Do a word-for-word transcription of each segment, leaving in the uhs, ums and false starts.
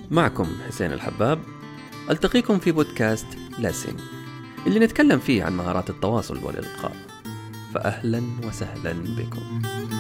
معكم حسين الحباب، ألتقيكم في بودكاست لسن اللي نتكلم فيه عن مهارات التواصل والإلقاء. فأهلا وسهلا بكم.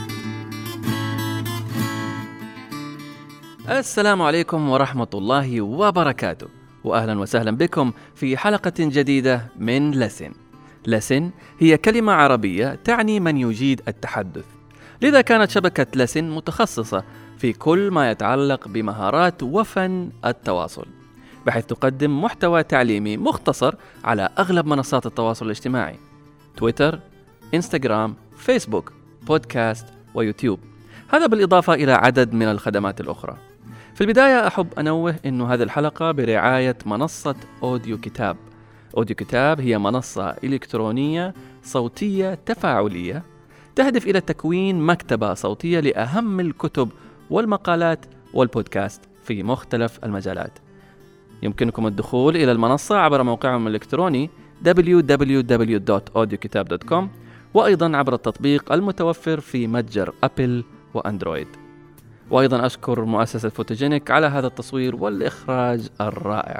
السلام عليكم ورحمة الله وبركاته، وأهلا وسهلا بكم في حلقة جديدة من لسن. لسن هي كلمة عربية تعني من يجيد التحدث، لذا كانت شبكة لسن متخصصة في كل ما يتعلق بمهارات وفن التواصل، بحيث تقدم محتوى تعليمي مختصر على أغلب منصات التواصل الاجتماعي: تويتر، إنستغرام، فيسبوك، بودكاست ويوتيوب، هذا بالإضافة إلى عدد من الخدمات الأخرى. في البداية أحب أنوه أن هذه الحلقة برعاية منصة أوديو كتاب. أوديو كتاب هي منصة إلكترونية صوتية تفاعلية تهدف إلى تكوين مكتبة صوتية لأهم الكتب والمقالات والبودكاست في مختلف المجالات. يمكنكم الدخول إلى المنصة عبر موقعهم الإلكتروني دبليو دبليو دبليو دوت أوديو كتاب دوت كوم، وأيضا عبر التطبيق المتوفر في متجر أبل وأندرويد. وأيضا أشكر مؤسسة فوتوجينيك على هذا التصوير والإخراج الرائع.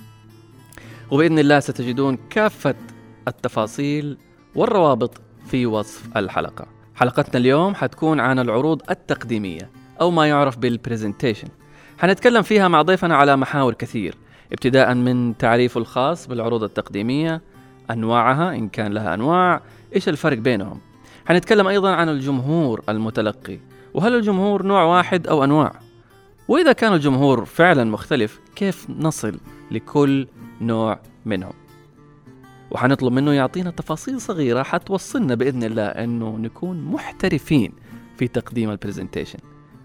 وبإذن الله ستجدون كافة التفاصيل والروابط في وصف الحلقة. حلقتنا اليوم حتكون عن العروض التقديمية أو ما يعرف بالبرزنتيشن. حنتكلم فيها مع ضيفنا على محاور كثير، ابتداء من تعريفه الخاص بالعروض التقديمية، أنواعها إن كان لها أنواع، إيش الفرق بينهم. حنتكلم أيضا عن الجمهور المتلقي، وهل الجمهور نوع واحد أو أنواع، وإذا كان الجمهور فعلا مختلف كيف نصل لكل نوع منهم. وحنطلب منه يعطينا تفاصيل صغيرة حتوصلنا بإذن الله أنه نكون محترفين في تقديم البرزنتيشن.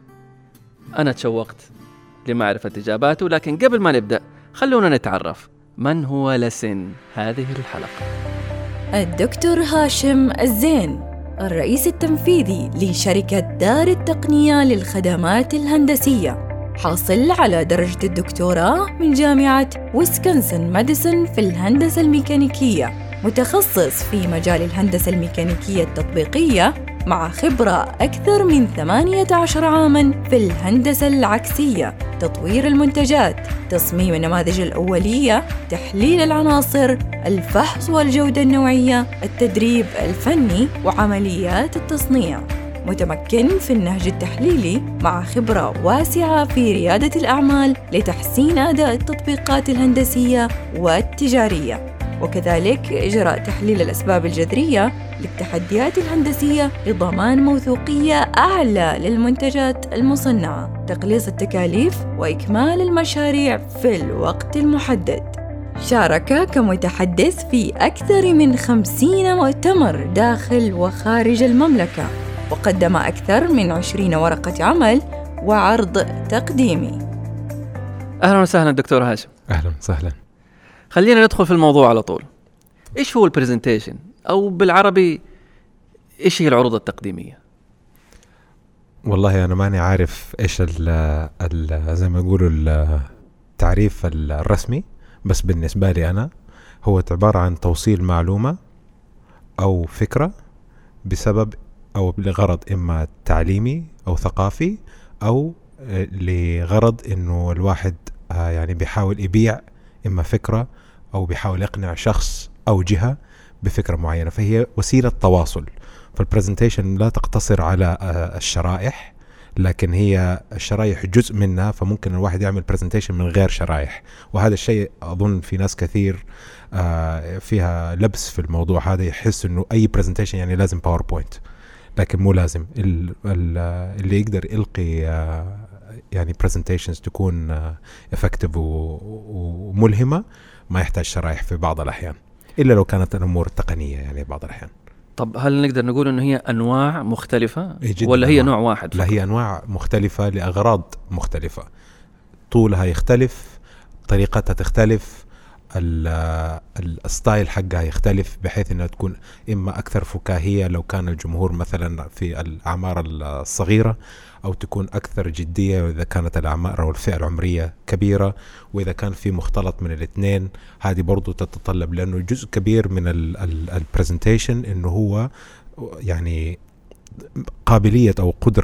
أنا تشوقت لمعرفة إجاباته، لكن قبل ما نبدأ خلونا نتعرف من هو لسن هذه الحلقة. الدكتور هاشم الزين، الرئيس التنفيذي لشركة دار التقنية للخدمات الهندسية، حاصل على درجة الدكتوراه من جامعة ويسكونسن ماديسون في الهندسة الميكانيكية، متخصص في مجال الهندسة الميكانيكية التطبيقية، مع خبرة أكثر من ثمانية عشر عاماً في الهندسة العكسية، تطوير المنتجات، تصميم النماذج الأولية، تحليل العناصر، الفحص والجودة النوعية، التدريب الفني وعمليات التصنيع. متمكن في النهج التحليلي، مع خبرة واسعة في ريادة الأعمال لتحسين أداء التطبيقات الهندسية والتجارية، وكذلك إجراء تحليل الأسباب الجذرية للتحديات الهندسية لضمان موثوقية أعلى للمنتجات المصنعة، تقليص التكاليف وإكمال المشاريع في الوقت المحدد. شارك كمتحدث في أكثر من خمسين مؤتمر داخل وخارج المملكة، وقدم أكثر من عشرين ورقة عمل وعرض تقديمي. أهلا وسهلا دكتور هاشم. أهلا وسهلا. خلينا ندخل في الموضوع على طول. إيش هو البرزنتيشن، أو بالعربي إيش هي العروض التقديمية؟ والله أنا ماني عارف إيش ال ال زي ما يقولوا التعريف الرسمي، بس بالنسبة لي أنا هو عبارة عن توصيل معلومة أو فكرة بسبب أو لغرض إما تعليمي أو ثقافي، أو لغرض إنه الواحد يعني بيحاول يبيع إما فكرة أو بيحاول يقنع شخص أو جهة بفكرة معينة، فهي وسيلة تواصل. فالبرزنتيشن لا تقتصر على الشرائح، لكن هي الشرائح جزء منها، فممكن الواحد يعمل برزنتيشن من غير شرائح، وهذا الشيء أظن في ناس كثير فيها لبس في الموضوع هذا، يحس إنه أي برزنتيشن يعني لازم باوربوينت، لكن مو لازم. اللي يقدر يلقي يعني presentations تكون effective وملهمة ما يحتاج شرائح في بعض الأحيان، إلا لو كانت الأمور التقنية يعني بعض الأحيان. طب هل نقدر نقول إنه هي أنواع مختلفة ولا هي أنواع واحد؟ لا، هي أنواع مختلفة لأغراض مختلفة، طولها يختلف، طريقتها تختلف، الستايل حقها يختلف، بحيث انها تكون اما اكثر فكاهية لو كان الجمهور مثلا في الاعمار الصغيرة، او تكون اكثر جدية اذا كانت الاعمار او الفئة العمرية كبيرة، واذا كان في مختلط من الاثنين هذه برضو تتطلب، لانه جزء كبير من البرزنتيشن انه هو يعني قابلية او قدرة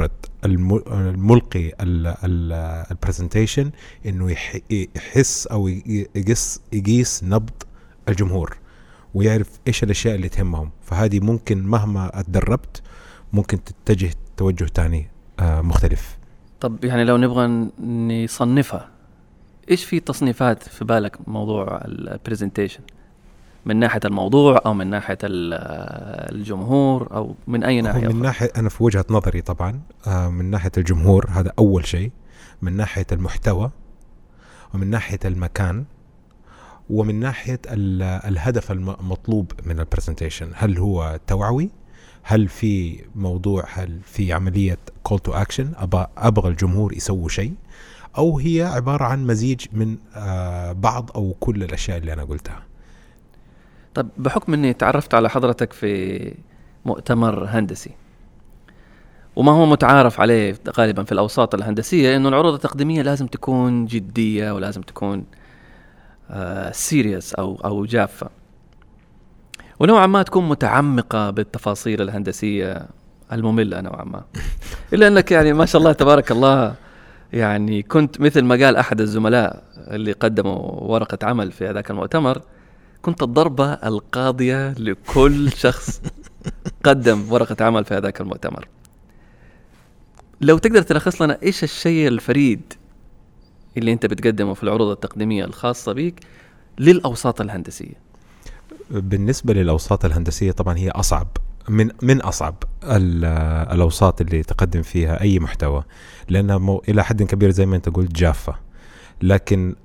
الملقي البرزنتيشن انه يحس او يقيس يقيس نبض الجمهور ويعرف ايش الاشياء اللي تهمهم. فهذه ممكن مهما اتدربت ممكن تتجه توجه تاني مختلف. طب يعني لو نبغى نصنفها، ايش في تصنيفات في بالك موضوع البرزنتيشن من ناحية الموضوع أو من ناحية الجمهور أو من أي ناحية؟ من ناحية أنا في وجهة نظري طبعا من ناحية الجمهور هذا أول شيء، من ناحية المحتوى، ومن ناحية المكان، ومن ناحية الهدف المطلوب من البرزنتيشن. هل هو توعوي؟ هل في موضوع، هل في عملية call to action أبغى الجمهور يسوي شيء، أو هي عبارة عن مزيج من بعض أو كل الأشياء اللي أنا قلتها. طب بحكم أني تعرفت على حضرتك في مؤتمر هندسي، وما هو متعارف عليه غالبا في الأوساط الهندسية أنه العروض التقديمية لازم تكون جدية ولازم تكون آه سيريس أو, أو جافة، ونوعا ما تكون متعمقة بالتفاصيل الهندسية المملة نوعا ما. إلا أنك يعني ما شاء الله تبارك الله يعني كنت مثل ما قال أحد الزملاء اللي قدموا ورقة عمل في هذاك المؤتمر، كنت الضربة القاضية لكل شخص قدم ورقة عمل في هذاك المؤتمر. لو تقدر تلخص لنا إيش الشيء الفريد اللي أنت بتقدمه في العروض التقديمية الخاصة بيك للأوساط الهندسية؟ بالنسبة للأوساط الهندسية طبعا هي أصعب من من أصعب الأوساط اللي تقدم فيها أي محتوى، لأنها مو إلى حد كبير زي ما أنت قلت جافة. لكن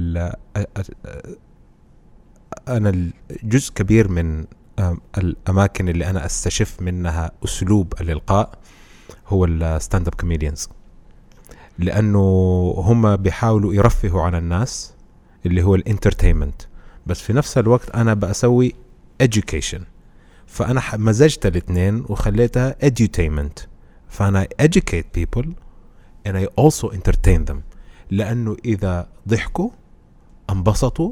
أنا جزء كبير من الأماكن اللي أنا أستشف منها أسلوب الإلقاء هو الستاند اب كوميديانز، لأنه هم بيحاولوا يرفهوا عن الناس اللي هو الانترتينمنت، بس في نفس الوقت أنا بأسوي education، فأنا مزجت الاثنين وخليتها edutainment، فأنا educate people and I also entertain them، لأنه إذا ضحكوا انبسطوا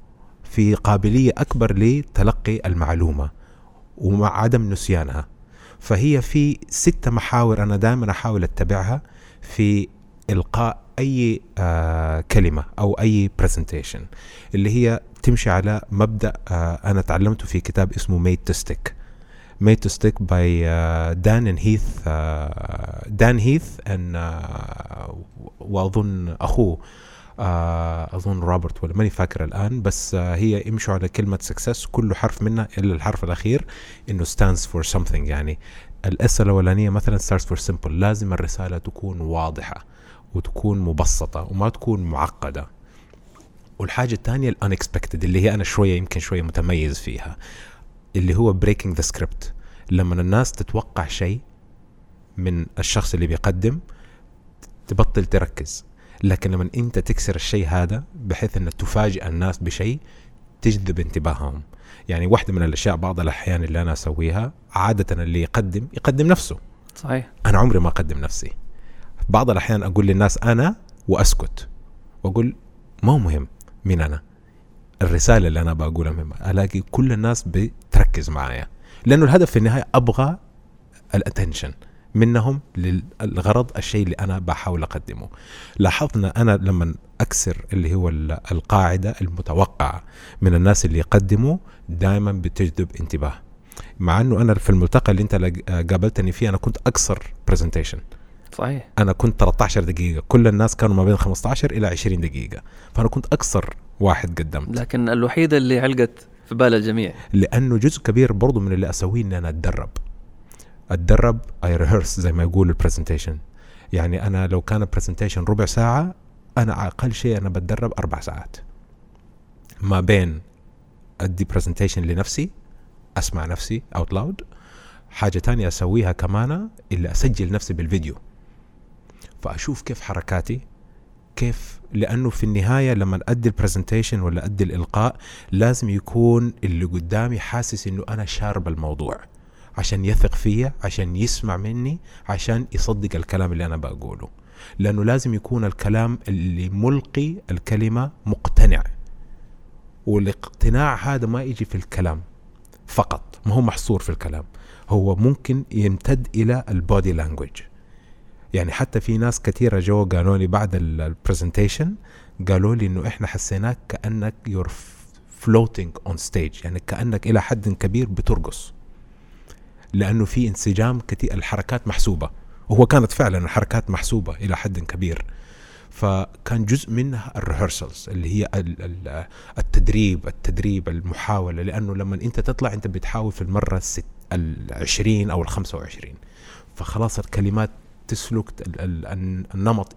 في قابلية أكبر لتلقي المعلومة ومع عدم نسيانها. فهي في ستة محاور أنا دائما أحاول أتبعها في إلقاء أي آه كلمة أو أي presentation، اللي هي تمشي على مبدأ آه أنا تعلمته في كتاب اسمه Made to Stick Made to Stick by uh, Dan and Heath uh, Dan Heath and uh, وأظن أخوه آه أظن روبرت ولا ماني فاكر الآن، بس آه هي يمشوا على كلمة success كل حرف منها إلا الحرف الأخير إنه stands for something. يعني الأس الأولانية مثلا starts for simple، لازم الرسالة تكون واضحة وتكون مبسطة وما تكون معقدة. والحاجة الثانية ال unexpected اللي هي أنا شوية يمكن شوية متميز فيها، اللي هو breaking the script. لما الناس تتوقع شيء من الشخص اللي بيقدم تبطل تركز، لكن لما أنت تكسر الشيء هذا بحيث أن تفاجئ الناس بشيء تجذب انتباههم. يعني واحدة من الأشياء بعض الأحيان اللي أنا أسويها عادة اللي يقدم يقدم نفسه. صحيح. أنا عمري ما أقدم نفسي. بعض الأحيان أقول للناس أنا وأسكت وأقول ما مهم مين أنا، الرسالة اللي أنا بقولها مهمة. ألاقي كل الناس بتركز معايا، لأنه الهدف في النهاية أبغى الاتنشن منهم للغرض الشيء اللي أنا بحاول أقدمه. لاحظنا أنا لما أكسر اللي هو القاعدة المتوقعة من الناس اللي يقدموا دائما بتجذب انتباه، مع أنه أنا في الملتقى اللي أنت قابلتني فيه أنا كنت أكثر presentation. صحيح. أنا كنت ثلاثة عشر دقيقة، كل الناس كانوا ما بين خمسة عشر إلى عشرين دقيقة، فأنا كنت أكثر واحد قدمت، لكن الوحيدة اللي علقت في بال الجميع. لأنه جزء كبير برضو من اللي أسويه إن أنا أتدرب أتدرب أي ريهرس زي ما يقول البرزنتيشن. يعني أنا لو كان البرزنتيشن ربع ساعة، أنا أقل شيء أنا بتدرب أربع ساعات ما بين أدي برزنتيشن لنفسي، أسمع نفسي out loud. حاجة تانية أسويها كمان اللي أسجل نفسي بالفيديو، فأشوف كيف حركاتي كيف، لأنه في النهاية لما أدي البرزنتيشن ولا أدي الإلقاء لازم يكون اللي قدامي حاسس إنه أنا شارب الموضوع عشان يثق فيا، عشان يسمع مني، عشان يصدق الكلام اللي أنا بقوله. لأنه لازم يكون الكلام اللي ملقي الكلمة مقتنع، والاقتناع هذا ما يجي في الكلام فقط، ما هو محصور في الكلام، هو ممكن يمتد إلى البودي لانجويج. يعني حتى في ناس كثيرة جو قالوا لي بعد البرزنتيشن، قالوا لي إنه إحنا حسيناك كأنك you're floating on stage، يعني كأنك إلى حد كبير بترقص، لأنه في انسجام كثير، الحركات محسوبة، وهو كانت فعلا الحركات محسوبة إلى حد كبير. فكان جزء منها الريهرسلز اللي هي التدريب التدريب المحاولة، لأنه لما أنت تطلع أنت بتحاول في المرة الست العشرين أو الخمسة وعشرين، فخلاص الكلمات تسلك، النمط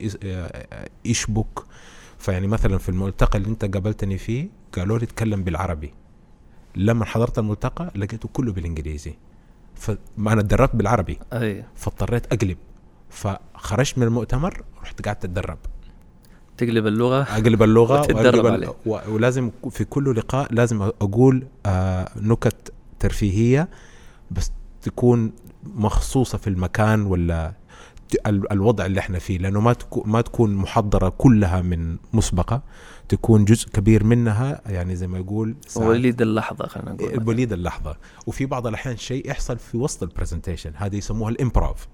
يشبك. فيعني مثلا في الملتقى اللي أنت قابلتني فيه قالوا لي تكلم بالعربي، لما حضرت الملتقى لقيته كله بالإنجليزي، فما أنا اتدربت بالعربي أيه. فاضطريت أقلب، فخرجت من المؤتمر رحت قاعد أتدرب، تقلب اللغة أقلب اللغة وتتدرب عليه. ولازم في كل لقاء لازم أقول آه نكت ترفيهية بس تكون مخصوصة في المكان ولا الوضع اللي احنا فيه، لأنه ما تكون ما تكون محضرة كلها من مسبقة، تكون جزء كبير منها يعني زي ما يقول وليد اللحظة، خلينا نقول وليد اللحظة. وفي بعض الأحيان شيء يحصل في وسط البرزنتيشن، هذا يسموها الإمبروف،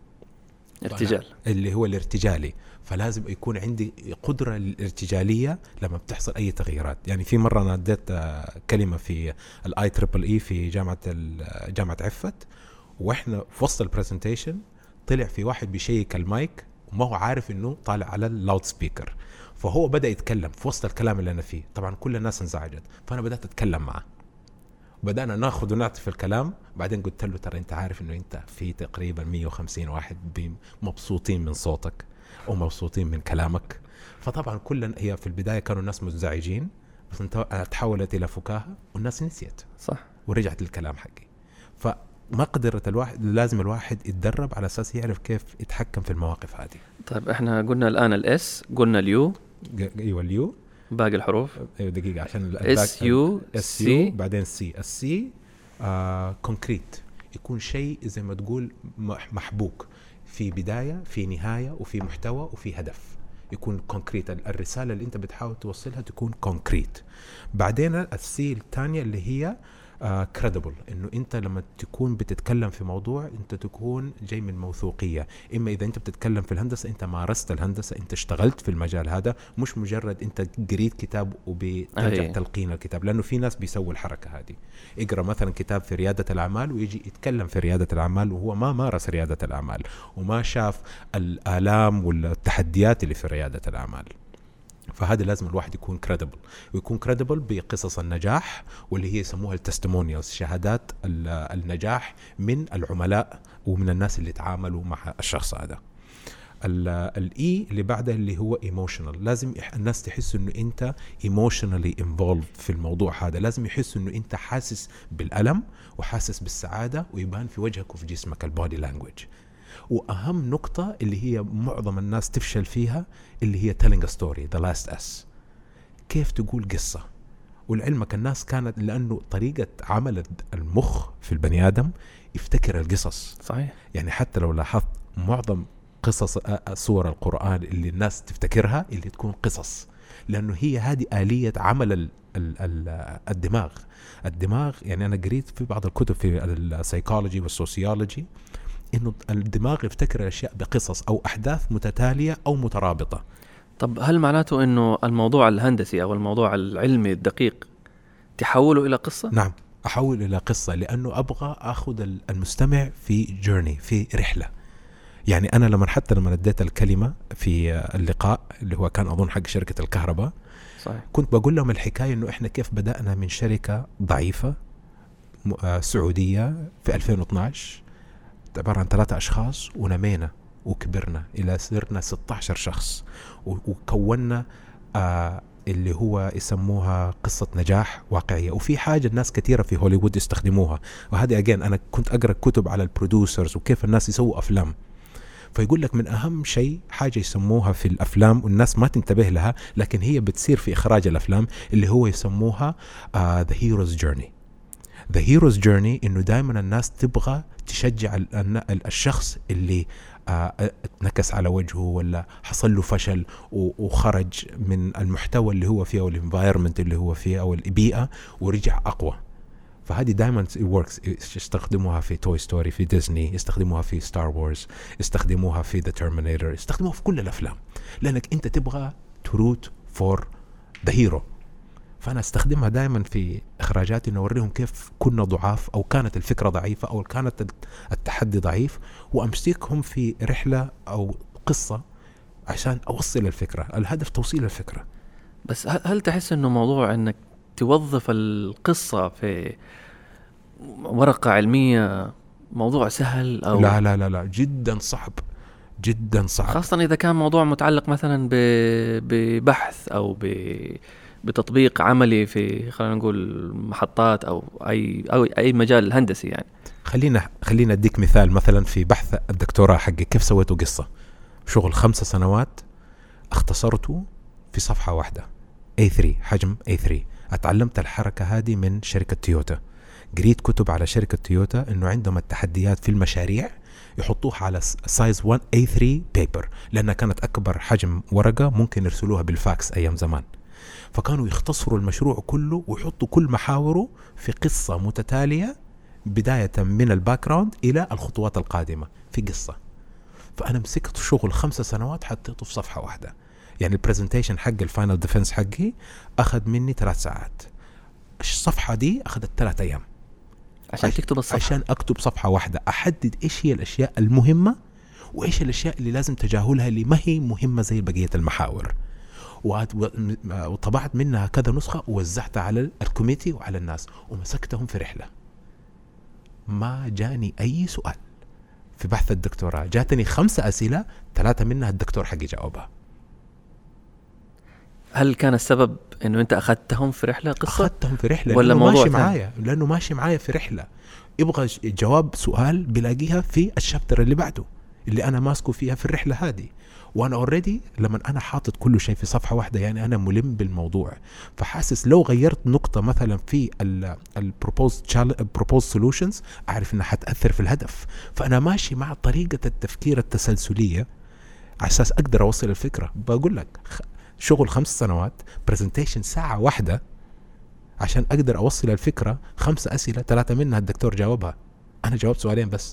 ارتجال، اللي هو الارتجالي. فلازم يكون عندي قدرة الارتجالية لما بتحصل أي تغييرات. يعني في مرة أنا اديت كلمة في الاي تريبل اي في جامعة جامعة عفت، وإحنا في وسط البرزنتيشن طلع في واحد بيشيك المايك وما هو عارف إنه طالع على اللاود سبيكر، فهو بدأ يتكلم في وسط الكلام اللي أنا فيه. طبعا كل الناس انزعجت، فأنا بدأت أتكلم معه، بدأنا ناخذ ونعطي في الكلام. بعدين قلت له ترى أنت عارف إنه أنت في تقريبا مية وخمسين واحد مبسوطين من صوتك أو مبسوطين من كلامك. فطبعا كلنا هي في البداية كانوا الناس مزعجين، بس انت تحولت إلى فكاهة والناس نسيت صح ورجعت للكلام حقي. فما قدرت الواحد، لازم الواحد يتدرب على أساس يعرف كيف يتحكم في المواقف هذه. طيب احنا قلنا الآن الاس، قلنا اليو، ايوه اليو، باقي الحروف ايوه دقيقة عشان اس يو سي، بعدين سي. السي آه كونكريت، يكون شيء زي ما تقول محبوك، في بداية في نهاية وفي محتوى وفي هدف، يكون كونكريت. الرسالة اللي انت بتحاول توصلها تكون كونكريت. بعدين السي الثانية اللي هي كريديبل، انه انت لما تكون بتتكلم في موضوع انت تكون جاي من موثوقية. اما اذا انت بتتكلم في الهندسة انت مارست الهندسة، انت اشتغلت في المجال هذا، مش مجرد انت قريت كتاب وبترجع أيه. تلقين الكتاب. لانه في ناس بيسووا الحركة هذه، يقرأ مثلا كتاب في ريادة الاعمال ويجي يتكلم في ريادة الاعمال وهو ما مارس ريادة الاعمال وما شاف الآلام والتحديات اللي في ريادة الاعمال. فهذا لازم الواحد يكون كريديبل، ويكون كريديبل بقصص النجاح واللي هي يسموها التستمونيالز، شهادات النجاح من العملاء ومن الناس اللي تعاملوا مع الشخص هذا. الاي اللي بعده اللي هو ايموشنال، لازم الناس تحس انه انت ايموشنالي انفولد في الموضوع هذا، لازم يحس انه انت حاسس بالألم وحاسس بالسعادة ويبان في وجهك وفي جسمك البودي لانجويج. وأهم نقطة اللي هي معظم الناس تفشل فيها اللي هي telling a story, the last S، كيف تقول قصة. ولعلمك الناس كانت لأنه طريقة عمل المخ في البني آدم يفتكر القصص. صحيح. يعني حتى لو لاحظت معظم قصص سور القرآن اللي الناس تفتكرها اللي تكون قصص، لأنه هي هذه آلية عمل ال ال ال الدماغ. الدماغ يعني أنا قريت في بعض الكتب في السايكولوجي والسوسيولوجي إنه الدماغ يفتكر الأشياء بقصص أو أحداث متتالية أو مترابطة. طب هل معناته إنه الموضوع الهندسي أو الموضوع العلمي الدقيق تحوله إلى قصة؟ نعم، أحول إلى قصة، لأنه أبغى أخذ المستمع في جيرني، في رحلة. يعني أنا لما حتى لما اديت الكلمة في اللقاء اللي هو كان أظن حق شركة الكهرباء، صحيح. كنت بقول لهم الحكاية إنه إحنا كيف بدأنا من شركة ضعيفة سعودية في ألفين واثناشر عبارة عن ثلاثة أشخاص، ونمينا وكبرنا إلى صرنا ستة عشر شخص، وكونا آه اللي هو يسموها قصة نجاح واقعية. وفي حاجة الناس كثيرة في هوليوود يستخدموها، وهذا أجين أنا كنت أقرأ كتب على البرودوسرز وكيف الناس يسووا أفلام، فيقول لك من أهم شيء حاجة يسموها في الأفلام والناس ما تنتبه لها لكن هي بتصير في إخراج الأفلام، اللي هو يسموها آه the hero's journey. The hero's journey إنه دائما الناس تبغى تشجع الشخص اللي آه نكس على وجهه ولا حصل له فشل وخرج من المحتوى اللي هو فيه أو الانفايرمنت اللي هو فيه أو البيئة ورجع أقوى. فهذه دائما works. يستخدموها في توي ستوري في ديزني، يستخدموها في ستار وورز، يستخدموها في ذا تيرمينيتور، يستخدموها في كل الافلام، لانك انت تبغى تروت فور ذا هيرو. فانا استخدمها دائما في اخراجاتي، نوريهم كيف كنا ضعاف او كانت الفكره ضعيفه او كانت التحدي ضعيف، وامسكهم في رحله او قصه عشان اوصل الفكره. الهدف توصيل الفكره. بس هل تحس انه موضوع انك توظف القصة في ورقة علمية موضوع سهل أو لا لا لا لا جدا صعب، جدا صعب، خاصة إذا كان موضوع متعلق مثلا ببحث أو بتطبيق عملي في خلينا نقول محطات أو أي أو أي مجال هندسي يعني. خلينا خلينا أديك مثال. مثلا في بحث الدكتوراه حقي كيف سويته قصة، شغل خمس سنوات اختصرته في صفحة واحدة إيه ثري، حجم إيه ثري. اتعلمت الحركة هذه من شركة تويوتا، قريت كتب على شركة تويوتا انه عندهم التحديات في المشاريع يحطوها على سايز واحد إيه ثري بيبر، لانها كانت اكبر حجم ورقة ممكن يرسلوها بالفاكس ايام زمان. فكانوا يختصروا المشروع كله ويحطوا كل محاوره في قصة متتالية بداية من الباك جراوند الى الخطوات القادمة في قصة. فانا مسكت شغل خمسة سنوات حطيته في صفحة واحدة. يعني البرزنتيشن حق الفاينل ديفنس حقي أخذ مني ثلاث ساعات، الصفحة دي أخذت ثلاث أيام عشان تكتب الصفحة، عشان أكتب صفحة واحدة أحدد إيش هي الأشياء المهمة وإيش الأشياء اللي لازم تجاهلها اللي ما هي مهمة زي بقية المحاور. وطبعت منها كذا نسخة ووزعتها على الكوميتي وعلى الناس ومسكتهم في رحلة. ما جاني أي سؤال في بحث الدكتوراه، جاتني خمسة أسئلة ثلاثة منها الدكتور حقي جاوبها. هل كان السبب انه انت اخذتهم في رحله قصه؟ اخذتهم في رحله ولا لانه موضوع ماشي ثاني؟ معايا، لانه ماشي معايا في رحله يبغى جواب سؤال بلاقيها في الشابتر اللي بعده اللي انا ماسكه فيها في الرحله هذه. وانا اوريدي لما انا حاطط كل شيء في صفحه واحده يعني انا ملم بالموضوع، فحاسس لو غيرت نقطه مثلا في البروبوز بروبوز سولوشنز اعرف انها حتاثر في الهدف. فانا ماشي مع طريقه التفكير التسلسليه على اساس اقدر اوصل الفكره. بقول لك شغل خمس سنوات، برزنتيشن ساعة واحدة عشان أقدر أوصل الفكرة، خمس أسئلة ثلاثة منها الدكتور جاوبها، أنا جاوبت سؤالين بس.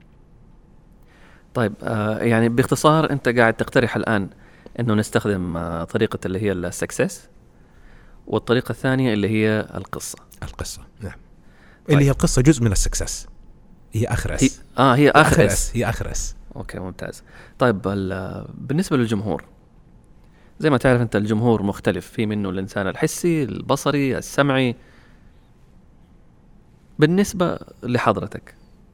طيب آه يعني باختصار أنت قاعد تقترح الآن أنه نستخدم آه طريقة اللي هي السكسس، والطريقة الثانية اللي هي القصة. القصة نعم. طيب. اللي هي القصة جزء من السكسس، هي آخر أس. هي آه هي آخر, آخر أس. أس هي آخر أس. أوكي ممتاز. طيب بالنسبة للجمهور، زي ما تعرف أنت الجمهور مختلف، في منه الإنسان الحسي، البصري، السمعي. بالنسبة لحضرتك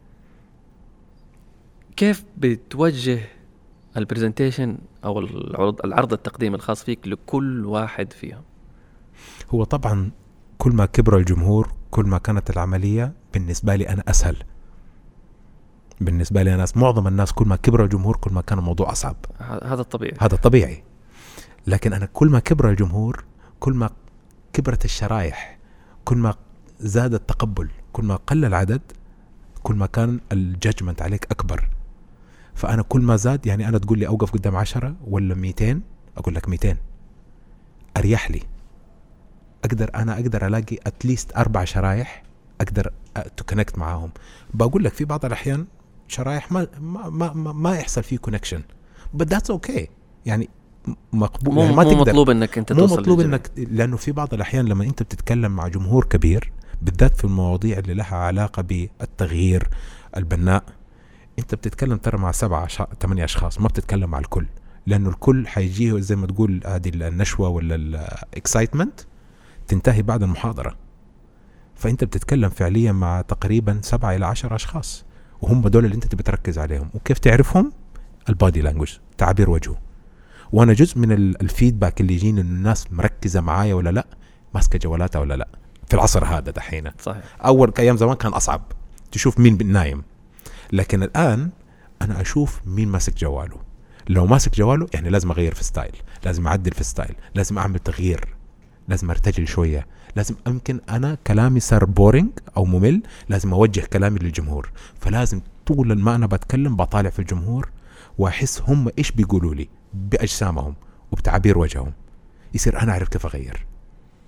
كيف بتوجه البرزنتيشن أو العرض, العرض التقديم الخاص فيك لكل واحد فيهم؟ هو طبعا كل ما كبر الجمهور كل ما كانت العملية بالنسبة لي أنا أسهل. بالنسبة لي أنا معظم الناس كل ما كبر الجمهور كل ما كان الموضوع أصعب. هذا الطبيعي. هذا الطبيعي. لكن أنا كل ما كبر الجمهور كل ما كبرت الشرايح، كل ما زاد التقبل، كل ما قل العدد كل ما كان الجاجمنت عليك أكبر. فأنا كل ما زاد يعني أنا تقول لي أوقف قدام عشرة ولا ميتين، أقول لك ميتين أريح لي. أقدر أنا أقدر ألاقي أتليست أربع شرايح أقدر تكونكت معاهم. بقول لك في بعض الأحيان شرايح ما ما ما, ما, ما يحصل فيه كونكشن but that's okay. يعني مقبول، يعني ما مو تقدر، مطلوب انك انت توصل، مو مطلوب انك، لانه في بعض الاحيان لما انت بتتكلم مع جمهور كبير بالذات في المواضيع اللي لها علاقه بالتغيير البناء، انت بتتكلم ترى مع سبعة ثمانية اشخاص، ما بتتكلم مع الكل، لانه الكل حيجيه زي ما تقول هذه النشوه ولا الاكسايتمنت تنتهي بعد المحاضره. فانت بتتكلم فعليا مع تقريبا سبعة الى عشرة اشخاص، وهم دول اللي انت بتركز عليهم. وكيف تعرفهم؟ البادي لانجوج، تعبير وجهه. وانا جزء من الفيدباك اللي يجيني ان الناس مركزه معايا ولا لا، ماسكه جوالاتها ولا لا في العصر هذا دحين. صحيح. اول ايام زمان كان اصعب تشوف مين نايم، لكن الان انا اشوف مين ماسك جواله. لو ماسك جواله يعني لازم اغير في ستايل، لازم اعدل في ستايل، لازم اعمل تغيير، لازم ارتجل شويه، لازم امكن انا كلامي صار بورينج او ممل، لازم اوجه كلامي للجمهور. فلازم طول ما انا بتكلم بطالع في الجمهور واحس هم ايش بيقولوا لي باجسامهم وبتعبير وجههم، يصير انا اعرف كيف اغير.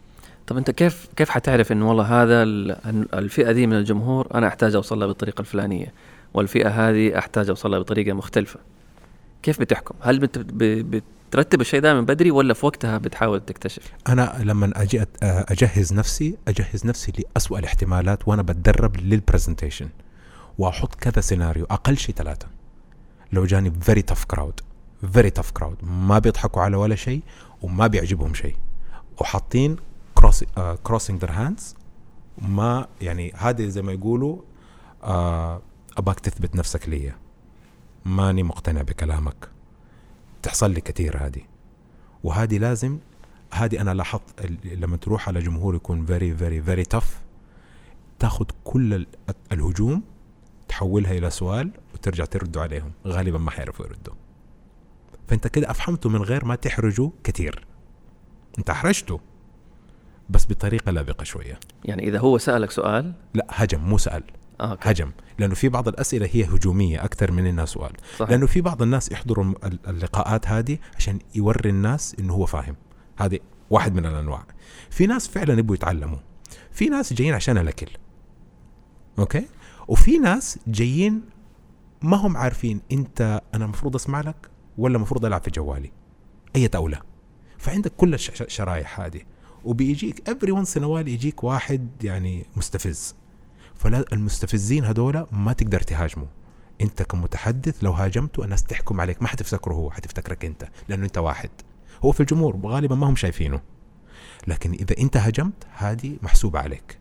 طب انت كيف كيف حتعرف انه والله هذا الفئه دي من الجمهور انا احتاج اوصلها بالطريقه الفلانيه، والفئه هذه احتاج اوصلها بطريقه مختلفه؟ كيف بتحكم؟ هل بت بترتب الشيء ده من بدري ولا في وقتها بتحاول تكتشف؟ انا لما اجي اجهز نفسي اجهز نفسي لأسوأ الاحتمالات وانا بتدرب للبرزنتيشن، واحط كذا سيناريو، اقل شيء ثلاثه. لو جاني very tough crowd very tough crowd ما بيضحكوا على ولا شيء وما بيعجبهم شيء وحاطين cross, uh, crossing their hands، ما يعني هذه زي ما يقولوا uh, أباك تثبت نفسك لي، ماني مقتنع بكلامك. تحصل لي كثير هذه، وهذه لازم هذه أنا لاحظت لما تروح على جمهور يكون very very very tough، تاخد كل الهجوم تحولها إلى سؤال وترجع تردوا عليهم، غالبا ما حيعرفوا يردوا. فأنت كده أفهمته من غير ما تحرجوا كثير، أنت أحرجته بس بطريقة لابقة شوية. يعني إذا هو سألك سؤال، لا هجم مو سأل، آه هجم، لأنه في بعض الأسئلة هي هجومية أكثر من إنها سؤال. صحيح. لأنه في بعض الناس يحضروا اللقاءات هذه عشان يوري الناس إنه هو فاهم، هذه واحد من الأنواع. في ناس فعلا يبوا يتعلموا، في ناس جايين عشان الأكل، أوكي، وفي ناس جايين ما هم عارفين أنت أنا مفروض أسمع لك ولا مفروض ألعب في جوالي، أي أولى. فعندك كل الشرايح هذه، وبيجيك every once in a while يجيك واحد يعني مستفز. فلا المستفزين هذولا ما تقدر تهاجمه. انت كمتحدث لو هاجمته الناس تحكم عليك، ما حتفتكره هو، حتفتكرك انت، لانه انت واحد. هو في الجمهور غالبا ما هم شايفينه، لكن اذا انت هجمت هذه محسوبة عليك.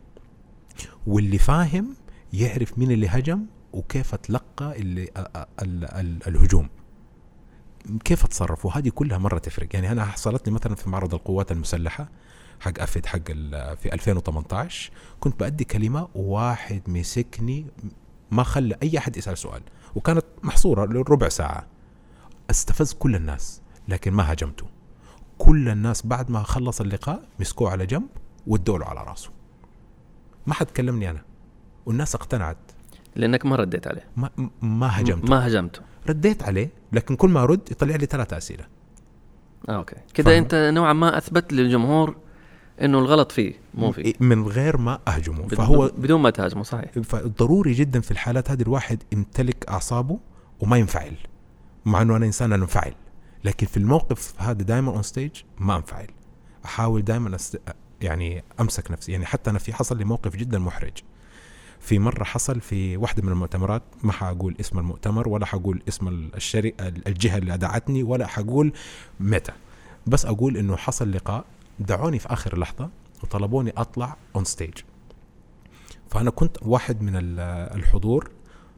واللي فاهم يعرف مين اللي هجم وكيف تلقى اللي ال ال ال الهجوم، كيف اتصرف، وهذه كلها مرة تفرق. يعني أنا حصلت لي مثلا في معرض القوات المسلحة حق أفد حق في ألفين وثمانية عشر، كنت بأدي كلمة وواحد مسكني ما خلى أي أحد يسأل سؤال، وكانت محصورة لربع ساعة. استفز كل الناس لكن ما هجمته. كل الناس بعد ما خلص اللقاء مسكوه على جنب وادوله على راسه، ما حد كلمني أنا، والناس اقتنعت لأنك ما رديت عليه. ما, ما هجمته ما هجمته رديت عليه، لكن كل ما أرد يطلع لي ثلاثة أسئلة. آه، أوكي كده أنت نوعا ما أثبت للجمهور إنه الغلط فيه مو فيه، من غير ما أهجمه. فهو بدون ما تهاجمه. صحيح. فضروري جدا في الحالات هذه الواحد يمتلك أعصابه وما ينفعل، مع أنه أنا إنسان أنفعل، لكن في الموقف هذا دائما أون ستيج ما أنفعل، أحاول دائما أست... يعني أمسك نفسي. يعني حتى أنا في حصل لي موقف جدا محرج في مرة، حصل في واحدة من المؤتمرات، ما حقول اسم المؤتمر ولا حقول اسم الشركة الجهة اللي دعتني ولا حقول متى، بس أقول إنه حصل لقاء، دعوني في آخر لحظة وطلبوني أطلع on stage. فأنا كنت واحد من الحضور،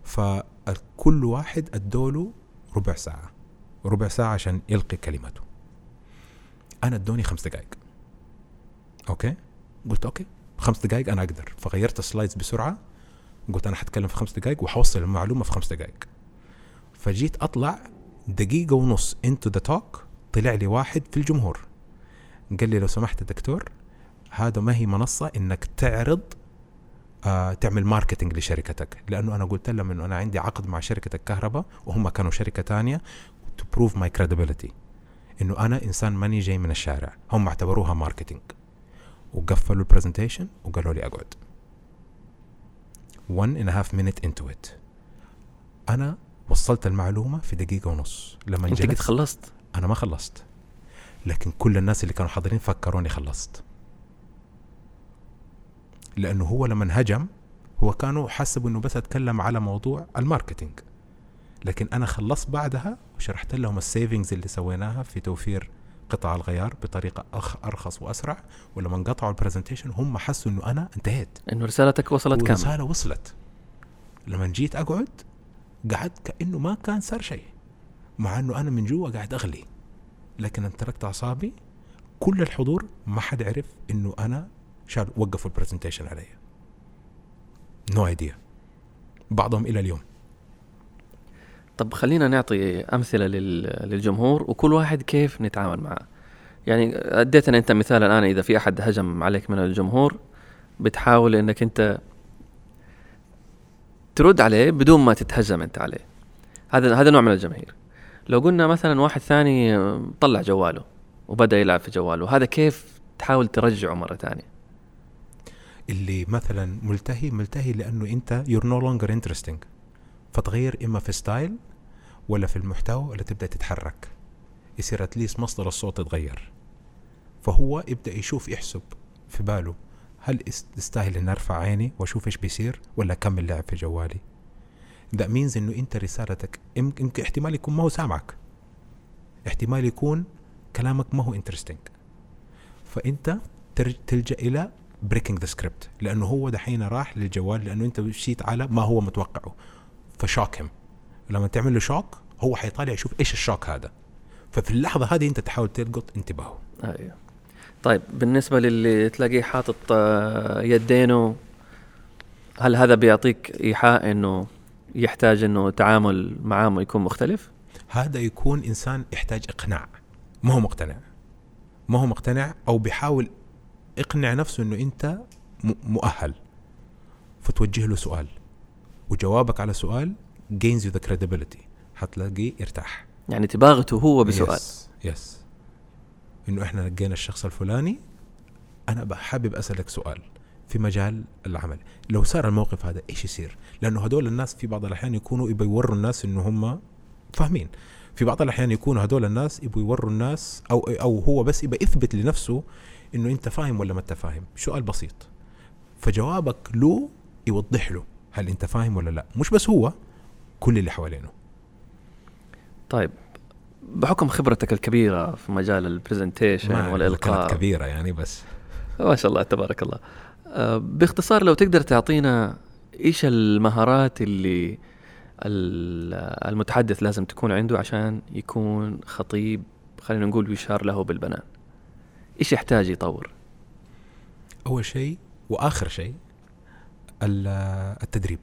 فكل واحد أدوله ربع ساعة ربع ساعة عشان يلقي كلمته. أنا أدوني خمس دقائق. أوكي، قلت أوكي خمس دقائق أنا أقدر، فغيرت السلايدز بسرعة، قلت أنا حتكلم في خمس دقائق وحوصل المعلومة في خمس دقائق. فجيت أطلع دقيقة ونص into the talk، طلع لي واحد في الجمهور قال لي لو سمحت دكتور، هذا ما هي منصة إنك تعرض آه تعمل ماركتينج لشركتك، لأنه أنا قلت لهم إنه أنا عندي عقد مع شركة الكهرباء وهم كانوا شركة تانية to prove my credibility، إنه أنا إنسان ماني جاي من الشارع. هم اعتبروها ماركتينج وقفلوا البرزنتيشن وقالوا لي أقعد. one and a half minute into it أنا وصلت المعلومة في دقيقة ونص. لما أنت قد خلصت؟ أنا ما خلصت، لكن كل الناس اللي كانوا حاضرين فكروني خلصت، لأنه هو لما هجم هو كانوا حسبوا إنه بس أتكلم على موضوع الماركتينج، لكن أنا خلصت بعدها وشرحت لهم السيفينجز اللي سويناها في توفير قطع الغيار بطريقة أخ أرخص وأسرع. ولما انقطعوا البرزنتيشن هم حسوا إنه أنا انتهيت، إنه رسالتك وصلت كامل. رسالة وصلت. لما جيت أقعد قعدت كأنه ما كان صار شيء، مع إنه أنا من جوا قاعد أغلي، لكن أنا تركت أعصابي. كل الحضور ما حد عرف إنه أنا شال وقفوا البرزنتيشن علي. نو ايديا، بعضهم إلى اليوم. طب خلينا نعطي أمثلة للجمهور وكل واحد كيف نتعامل معه. يعني أديتنا أنت مثال الآن، إذا في أحد هجم عليك من الجمهور بتحاول إنك أنت ترد عليه بدون ما تتهجم أنت عليه. هذا هذا نوع من الجماهير. لو قلنا مثلا واحد ثاني طلع جواله وبدأ يلعب في جواله، هذا كيف تحاول ترجعه مرة تانية؟ اللي مثلا ملتهي ملتهي لأنه أنت you're no longer interesting، فتغير إما في ستايل ولا في المحتوى ولا تبدأ تتحرك، يصير أتليس مصدر الصوت يتغير. فهو يبدأ يشوف يحسب في باله هل يستاهل إن أرفع عيني وأشوف إيش بيصير ولا أكمل لعب في جوالي. ده means إنه أنت رسالتك يمكن احتمال يكون ما هو سامعك، احتمال يكون كلامك ما هو interesting، فأنت تلجأ إلى breaking the script، لأنه هو دحين راح للجوال لأنه أنت مشيت على ما هو متوقعه، فشوكهم. لما تعمل له شوك هو حيطالع يشوف إيش الشوك هذا، ففي اللحظة هذه أنت تحاول تلقط انتباهه. أيوه. طيب بالنسبة للي تلاقيه حاطط يدينه، هل هذا بيعطيك إيحاء إنه يحتاج إنه تعامل معاه يكون مختلف؟ هذا يكون إنسان يحتاج إقناع، ما هو مقتنع، ما هو مقتنع أو بيحاول يقنع نفسه إنه أنت مؤهل، فتوجه له سؤال وجوابك على سؤال gains you the credibility، هتلاقيه يرتاح. يعني تباغته هو بسؤال. يس يس إنه إحنا لقينا الشخص الفلاني، أنا بحابب أسألك سؤال في مجال العمل، لو صار الموقف هذا إيش يصير؟ لأنه هدول الناس في بعض الأحيان يكونوا يبغوا يوروا الناس إنه هم فاهمين، في بعض الأحيان يكونوا هدول الناس يبغوا يوروا الناس أو أو هو بس يبغى يثبت لنفسه إنه أنت فاهم ولا ما أنت فاهم. سؤال بسيط، فجوابك له يوضح له هل أنت فاهم ولا لا، مش بس هو، كل اللي حوالينه. طيب بحكم خبرتك الكبيرة في مجال البرزنتيشن والإلقاء، كانت كبيرة يعني بس ما شاء الله تبارك الله، أه باختصار لو تقدر تعطينا إيش المهارات اللي المتحدث لازم تكون عنده عشان يكون خطيب، خلينا نقول يشار له بالبنان، إيش يحتاج يطور؟ أول شيء وآخر شيء التدريب.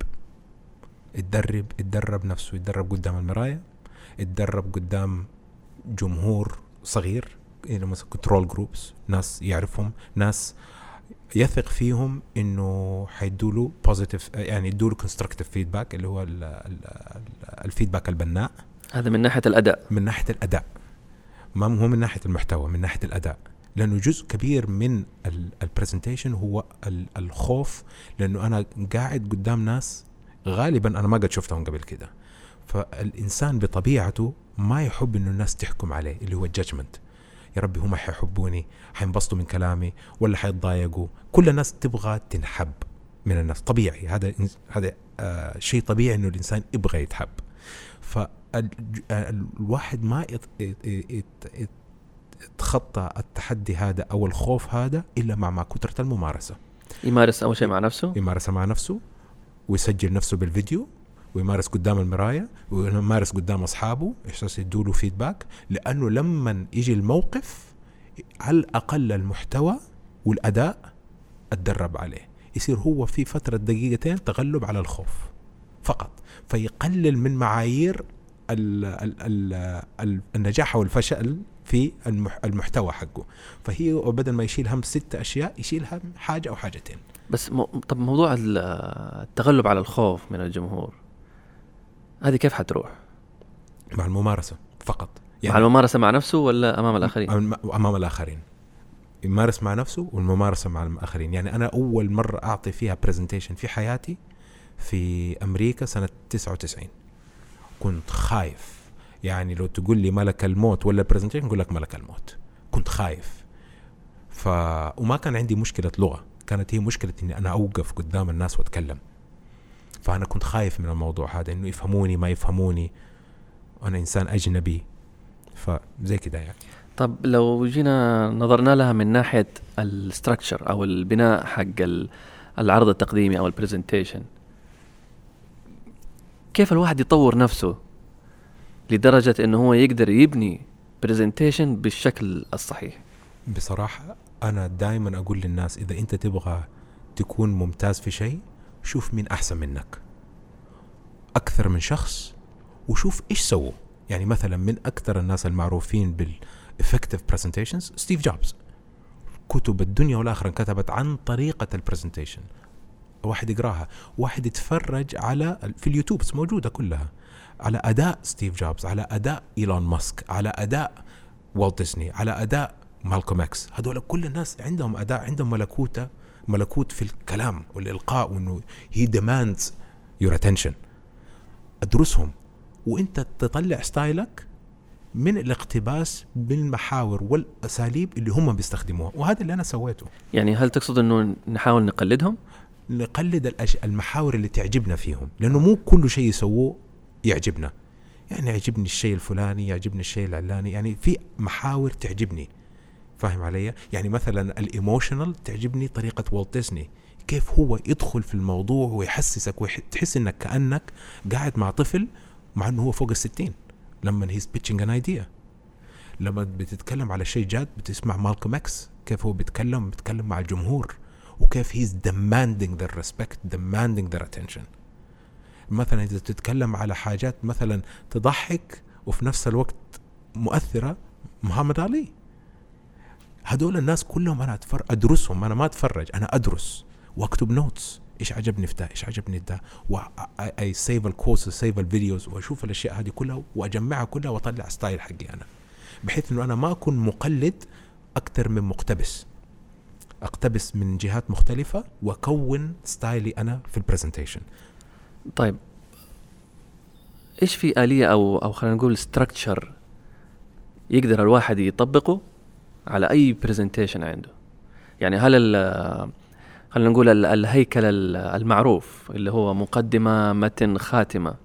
يتدرب يتدرب نفسه، يتدرب قدام المراية، يتدرب قدام جمهور صغير، يعني مثلا كنترول جروبس، ناس يعرفهم، ناس يثق فيهم انه حيدوله بوزيتيف، يعني يدوله كونستركتيف فيدباك اللي هو الفيدباك البناء. هذا من ناحية الأداء، من ناحية الأداء، ما هو من ناحية المحتوى، من ناحية الأداء، لأنه جزء كبير من البرزنتيشن هو الخوف، لأنه أنا قاعد قدام ناس غالبا أنا ما قد شفتهم قبل كده، فالإنسان بطبيعته ما يحب إنه الناس تحكم عليه، اللي هو الجاجمنت. يا ربي هم حيحبوني، حينبسطوا من كلامي ولا حيتضايقوا؟ كل الناس تبغى تنحب من الناس، طبيعي، هذا هذا آه شيء طبيعي إنه الإنسان يبغى يتحب. فالواحد ما يتخطى التحدي هذا أو الخوف هذا إلا مع مع كثرة الممارسة. يمارس أول شيء مع نفسه، يمارس مع نفسه، ويسجل نفسه بالفيديو، ويمارس قدام المراية، ويمارس قدام أصحابه إحساس يدوله فيدباك، لأنه لما يجي الموقف على الأقل المحتوى والأداء اتدرب عليه، يصير هو في فترة دقيقتين تغلب على الخوف فقط، فيقلل من معايير ال ال ال ال النجاح والفشل في المحتوى حقه. فهي بدل ما يشيل هم ستة أشياء يشيل هم حاجة أو حاجتين بس. م... طب موضوع التغلب على الخوف من الجمهور هذه كيف حتروح؟ مع الممارسة فقط، يعني مع الممارسة مع نفسه ولا أمام الآخرين؟ أمام الآخرين، يمارس مع نفسه والممارسة مع الآخرين. يعني أنا أول مرة أعطي فيها برزنتيشن في حياتي في أمريكا سنة تسعة وتسعين، كنت خايف. يعني لو تقول لي ملك الموت ولا برزنتيشن أقول لك ملك الموت. كنت خايف، ف... وما كان عندي مشكلة لغة، كانت هي مشكلة إني أنا أوقف قدام الناس وأتكلم. فأنا كنت خايف من الموضوع هذا، إنه يفهموني ما يفهموني، أنا إنسان أجنبي، فزي كده يعني. طب لو جينا نظرنا لها من ناحية الستراكشر أو البناء حق العرض التقديمي أو البرزنتيشن، كيف الواحد يطور نفسه لدرجة إنه هو يقدر يبني برزنتيشن بالشكل الصحيح؟ بصراحة أنا دائما أقول للناس إذا أنت تبغى تكون ممتاز في شيء، شوف مين أحسن منك أكثر من شخص وشوف إيش سووا. يعني مثلا من أكثر الناس المعروفين بالإفكتيف برزنتيشنز ستيف جوبز، كتب الدنيا والآخرة كتبت عن طريقة البرزنتيشن، واحد يقراها، واحد يتفرج على في اليوتيوب موجودة كلها على أداء ستيف جوبز، على أداء إيلون ماسك، على أداء والت ديزني، على أداء مالكوم اكس، هذول كل الناس عندهم اداء، عندهم ملكوته ملكوت في الكلام والالقاء، وانه هي demands your attention. ادرسهم وانت تطلع ستايلك من الاقتباس بالمحاور والاساليب اللي هم بيستخدموها، وهذا اللي انا سويته. يعني هل تقصد انه نحاول نقلدهم؟ نقلد الأش... المحاور اللي تعجبنا فيهم، لانه مو كل شيء يسووه يعجبنا. يعني يعجبني الشيء الفلاني، يعجبني الشيء العلاني، يعني في محاور تعجبني، فاهم علي؟ يعني مثلا الايموشنال تعجبني طريقة والت ديزني، كيف هو يدخل في الموضوع ويحسسك وتحس انك كأنك قاعد مع طفل مع انه هو فوق الستين لما هيز بيتشنج ان ايديا. لما بتتكلم على شيء جاد بتسمع مالكوم اكس كيف هو بيتكلم بيتكلم مع الجمهور، وكيف هيز demanding their respect, demanding their attention. مثلا إذا تتكلم على حاجات مثلا تضحك وفي نفس الوقت مؤثرة، محمد علي. هدول الناس كلهم أنا أتفر... أدرسهم، أنا ما أتفرج، أنا أدرس وأكتب نوتس، إيش عجبني في ده، إيش عجبني ده، وأي سيف الكورس سيف الفيديوز، وأشوف الأشياء هذه كلها وأجمعها كلها وأطلع ستايل حقي أنا، بحيث إنه أنا ما أكون مقلد أكتر من مقتبس، أقتبس من جهات مختلفة وأكون ستايلي أنا في البرزنتيشن. طيب إيش في آلية أو أو خلينا نقول structure يقدر الواحد يطبقه على أي برزنتيشن عنده؟ يعني هل ال خلينا نقول ال الهيكل المعروف اللي هو مقدمة متن خاتمة،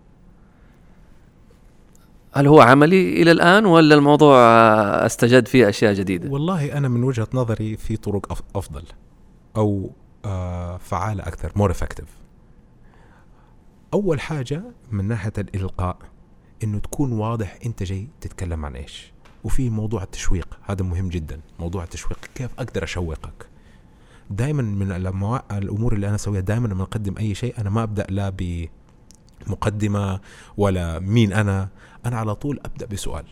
هل هو عملي إلى الآن ولا الموضوع استجد فيه أشياء جديدة؟ والله أنا من وجهة نظري في طرق أفضل أو آه فعالة أكثر، more effective. أول حاجة من ناحية الإلقاء إنه تكون واضح أنت جاي تتكلم عن إيش، وفي موضوع التشويق هذا مهم جدا. موضوع التشويق كيف أقدر أشوقك. دائما من الأمور اللي أنا أسويها دائما لما أقدم أي شيء أنا ما أبدأ لا بمقدمة ولا مين أنا أنا على طول أبدأ بسؤال،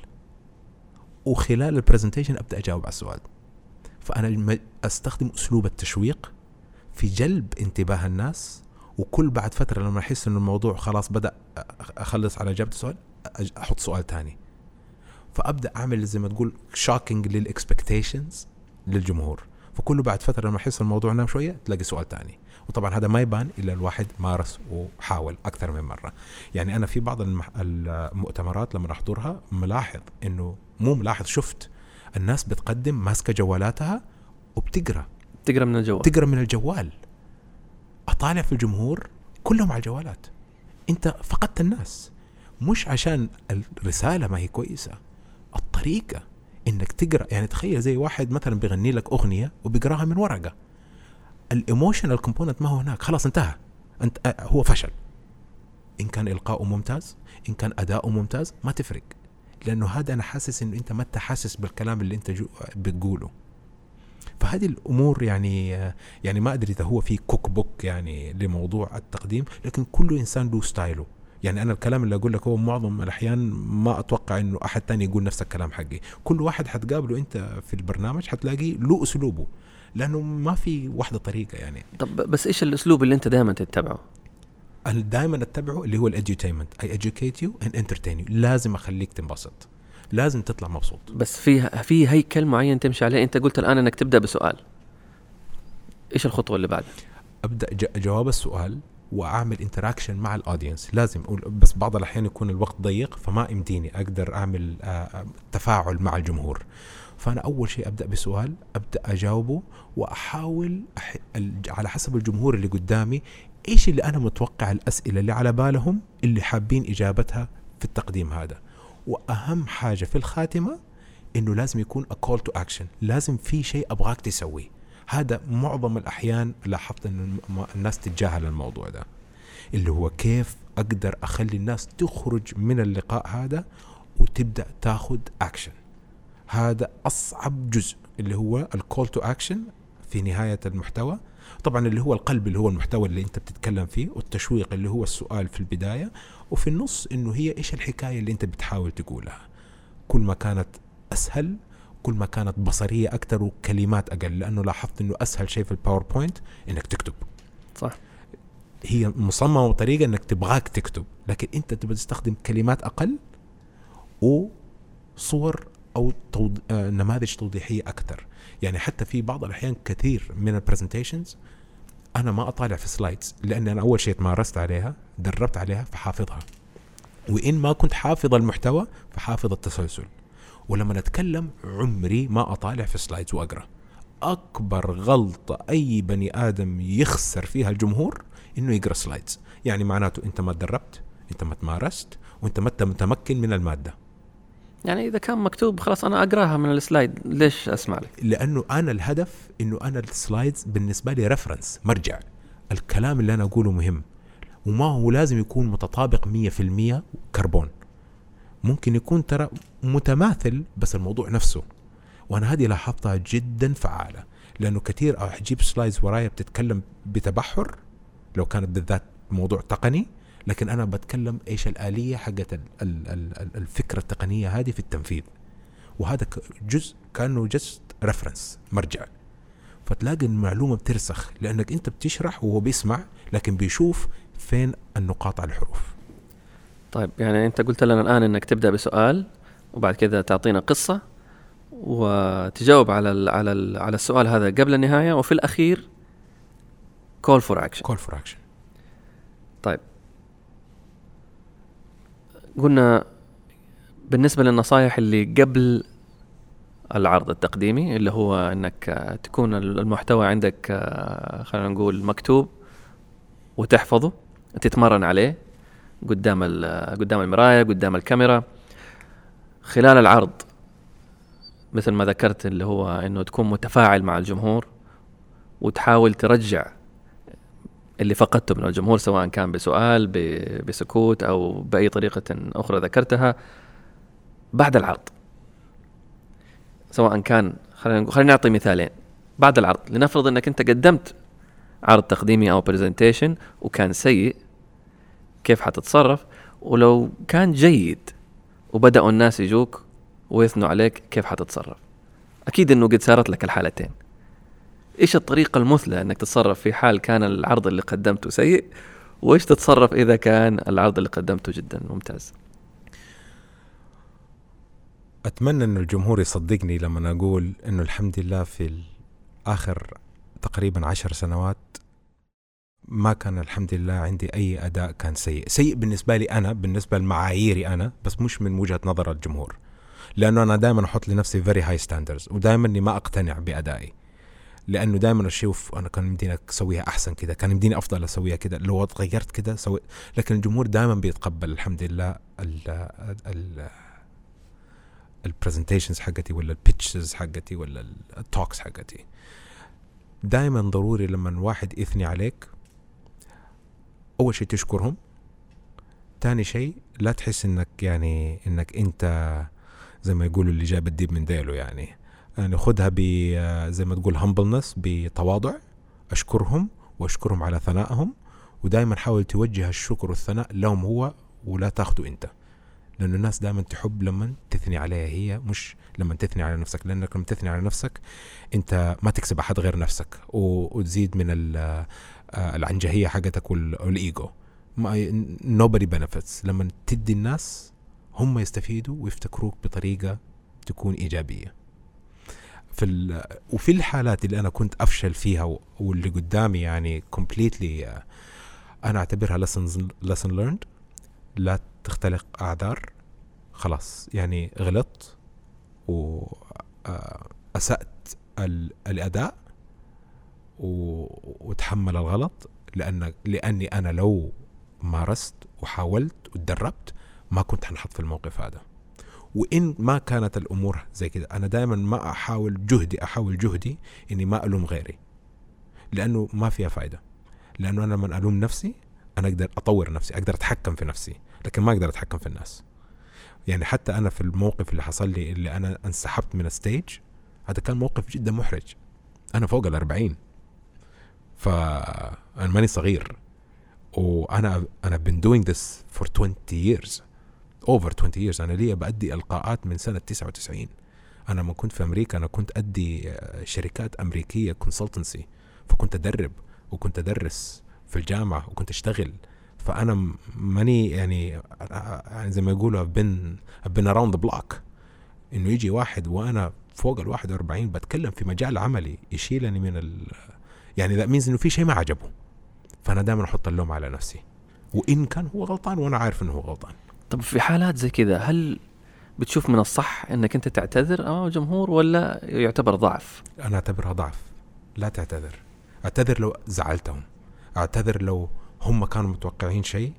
وخلال البرزنتيشن أبدأ أجاوب على السؤال. فأنا أستخدم أسلوب التشويق في جلب انتباه الناس، وكل بعد فترة لما أحس إن الموضوع خلاص بدأ أخلص على إجابة السؤال أحط سؤال تاني، فأبدأ أعمل زي ما تقول شوكينج للإكسبكتيشنز للجمهور. فكل بعد فترة لما أحس الموضوع نام شوية تلاقي سؤال تاني، وطبعا هذا ما يبان إلا الواحد مارس وحاول أكثر من مرة. يعني أنا في بعض المؤتمرات لما أحضرها ملاحظ إنه مو ملاحظ شفت الناس بتقدم ماسكة جوالاتها وبتقرأ تقرأ من الجوال تقرأ من الجوال أطالع في الجمهور كلهم على الجوالات. أنت فقدت الناس، مش عشان الرسالة ما هي كويسة، الطريقة إنك تقرأ. يعني تخيل زي واحد مثلا بيغني لك أغنية وبيقراها من ورقة، الإيموشنال كومبوننت ما هو هناك، خلاص انتهى، انت هو فشل. إن كان إلقاؤه ممتاز، إن كان أداؤه ممتاز، ما تفرق، لأنه هذا أنا حاسس إنه أنت ما أنت حاسس بالكلام اللي أنت بتقوله. فهذه الأمور يعني يعني ما أدري إذا هو في كوك بوك يعني لموضوع التقديم، لكن كل إنسان له ستايله. يعني أنا الكلام اللي أقول لك هو معظم الأحيان ما أتوقع إنه أحد تاني يقول نفس الكلام حقي. كل واحد حتقابله أنت في البرنامج حتلاقي له أسلوبه، لأنه ما في واحدة طريقة يعني. طب بس إيش الأسلوب اللي أنت دائما تتبعه؟ أنا دائما أتبعه اللي هو الإديوتيمنت. I educate you and entertain you. لازم أخليك تنبسط، لازم تطلع مبسوط. بس في في هيكل معين تمشي عليه. أنت قلت الآن أنك تبدأ بسؤال، إيش الخطوة اللي بعدها؟ أبدأ جواب السؤال وأعمل انتراكشن مع الأودينس. لازم أقول، بس بعض الأحيان يكون الوقت ضيق فما يمديني أقدر أعمل تفاعل مع الجمهور. فأنا أول شيء أبدأ بسؤال، أبدأ أجاوبه وأحاول أح... على حسب الجمهور اللي قدامي إيش اللي أنا متوقع الأسئلة اللي على بالهم اللي حابين إجابتها في التقديم هذا. وأهم حاجة في الخاتمة إنه لازم يكون a call to action، لازم في شيء أبغاك تسويه. هذا معظم الأحيان لاحظت إنه الناس تتجاهل الموضوع ده، اللي هو كيف أقدر أخلي الناس تخرج من اللقاء هذا وتبدأ تاخد أكشن. هذا أصعب جزء اللي هو الكول تو أكشن في نهاية المحتوى. طبعا اللي هو القلب اللي هو المحتوى اللي أنت بتتكلم فيه، والتشويق اللي هو السؤال في البداية، وفي النص إنه هي إيش الحكاية اللي أنت بتحاول تقولها. كل ما كانت أسهل كل ما كانت بصرية أكتر وكلمات أقل، لأنه لاحظت إنه أسهل شيء في الباوربوينت إنك تكتب. صح، هي مصممة بطريقة إنك تبغاك تكتب، لكن أنت تبغى تستخدم كلمات أقل وصور او توض... آه نماذج توضيحيه اكثر. يعني حتى في بعض الاحيان كثير من البرزنتيشنز انا ما اطالع في سلايدز، لان انا اول شيء تمارست عليها، دربت عليها، فحافظها. وان ما كنت حافظ المحتوى فحافظ التسلسل. ولما نتكلم عمري ما اطالع في سلايدز واقرا. اكبر غلطه اي بني ادم يخسر فيها الجمهور انه يقرا سلايدز. يعني معناته انت ما تدربت، انت ما تمارست، وانت ما متمكن من الماده. يعني اذا كان مكتوب خلاص انا اقراها من السلايد، ليش اسمع لك؟ لانه انا الهدف انه انا السلايدز بالنسبه لي ريفرنس، مرجع. الكلام اللي انا اقوله مهم، وما هو لازم يكون متطابق مية في المية كربون. ممكن يكون ترى متماثل بس الموضوع نفسه. وانا هذه لاحظتها جدا فعاله، لانه كثير اجيب سلايدز ورايا بتتكلم بتبحر لو كانت بالذات موضوع تقني، لكن انا بتكلم ايش الاليه حقت الفكره التقنيه هذه في التنفيذ. وهذا جزء كانه جست ريفرنس، مرجع. فتلاقي المعلومه بترسخ لانك انت بتشرح وهو بيسمع، لكن بيشوف فين النقاط على الحروف. طيب يعني انت قلت لنا الان انك تبدا بسؤال، وبعد كذا تعطينا قصه وتجاوب على ال على ال على السؤال هذا قبل النهايه، وفي الاخير call for action. call for action. طيب قلنا بالنسبه للنصائح اللي قبل العرض التقديمي، اللي هو انك تكون المحتوى عندك خلينا نقول مكتوب وتحفظه، تتمرن عليه قدام قدام المرايه، قدام الكاميرا، خلال العرض مثل ما ذكرت اللي هو انه تكون متفاعل مع الجمهور، وتحاول ترجع اللي فقدته من الجمهور، سواء كان بسؤال، بسكوت، او باي طريقه اخرى ذكرتها بعد العرض. سواء كان خلينا خلينا نعطي مثالين. بعد العرض لنفرض انك انت قدمت عرض تقديمي او برزنتيشن وكان سيء، كيف حتتصرف؟ ولو كان جيد وبدأوا الناس يجوك ويثنوا عليك، كيف حتتصرف؟ اكيد انه قد صارت لك الحالتين. ايش الطريقة المثلى انك تتصرف في حال كان العرض اللي قدمته سيء، وايش تتصرف اذا كان العرض اللي قدمته جدا ممتاز؟ اتمنى انه الجمهور يصدقني لما اقول انه الحمد لله في اخر تقريبا عشر سنوات ما كان الحمد لله عندي اي اداء كان سيء. سيء بالنسبه لي انا، بالنسبه لمعاييري انا، بس مش من وجهه نظر الجمهور، لانه انا دائما احط لنفسي very high standards، ودائما اني ما اقتنع بادائي، لانه دائما اشوف انا كان يمديني اسويها احسن كده، كان يمديني افضل اسويها كده، لو تغيرت كده سوي. لكن الجمهور دائما بيتقبل الحمد لله ال ال البرزنتيشنز حقتي، ولا البيتشز حقتي، ولا التوكس حقتي. دائما ضروري لما واحد يثني عليك، اول شيء تشكرهم، تاني شيء لا تحس انك يعني انك انت زي ما يقولوا اللي جاب الديب من ديله، يعني يعني خدها ب زي ما تقول humbleness، بتواضع. اشكرهم واشكرهم على ثنائهم، ودائما حاول توجه الشكر والثناء لهم هو، ولا تاخده انت، لأن الناس دائما تحب لما تثني عليها هي، مش لما تثني على نفسك. لأنك لما تثني على نفسك أنت ما تكسب أحد غير نفسك، وتزيد من العنجهية حقتك والإيجو. nobody benefits. لما تدي الناس هم يستفيدوا ويفتكروك بطريقة تكون إيجابية. في وفي الحالات اللي أنا كنت أفشل فيها واللي قدامي يعني completely أنا أعتبرها lessons, lesson learned. لا تختلق أعذار، خلاص يعني غلطت وأسأت الأداء وتحمل الغلط، لأن لأني أنا لو مارست وحاولت وتدربت ما كنت حنحط في الموقف هذا. وإن ما كانت الأمور زي كده، أنا دائما ما أحاول جهدي أحاول جهدي إني ما ألوم غيري، لأنه ما فيها فايدة. لأنه أنا من ألوم نفسي أنا أقدر أطور نفسي، أقدر أتحكم في نفسي، لكن ما أقدر أتحكم في الناس. يعني حتى أنا في الموقف اللي حصل لي اللي أنا انسحبت من الستيج، هذا كان موقف جدا محرج. أنا فوق الأربعين، فأنا ماني صغير، وأنا أنا been doing this for twenty years over twenty years. أنا ليه بأدي إلقاءات من سنة تسعة وتسعين. أنا ما كنت في أمريكا، أنا كنت أدي شركات أمريكية consultancy، فكنت أدرب وكنت أدرس في الجامعة وكنت أشتغل. فأنا ماني يعني, يعني زي ما يقولوا I've been, I've been around the block. إنه يجي واحد وأنا فوق الواحد وأربعين بتكلم في مجال عملي يشيلني من ال يعني ذا مينز إنه في شيء ما عجبه، فأنا دائما أحط اللوم على نفسي، وإن كان هو غلطان وأنا عارف إنه هو غلطان. طب في حالات زي كذا هل بتشوف من الصح إنك أنت تعتذر أمام الجمهور ولا يعتبر ضعف؟ أنا أعتبرها ضعف. لا تعتذر. أعتذر لو زعلتهم، أعتذر لو هم كانوا متوقعين شيء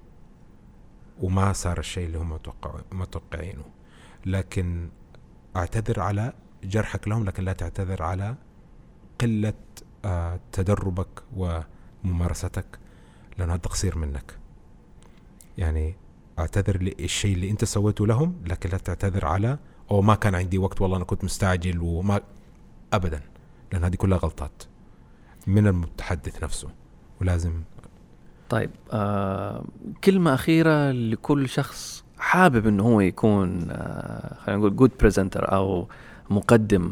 وما صار الشيء اللي هم متوقعينه، لكن أعتذر على جرحك لهم، لكن لا تعتذر على قلة آه تدربك وممارستك، لأنه هذا تقصير منك. يعني أعتذر للشيء اللي أنت سويته لهم، لكن لا تعتذر على أو ما كان عندي وقت والله أنا كنت مستعجل وما أبدا، لأن هذه كلها غلطات من المتحدث نفسه ولازم. طيب آه كلمة أخيرة لكل شخص حابب إنه هو يكون آه خلينا نقول good presenter أو مقدم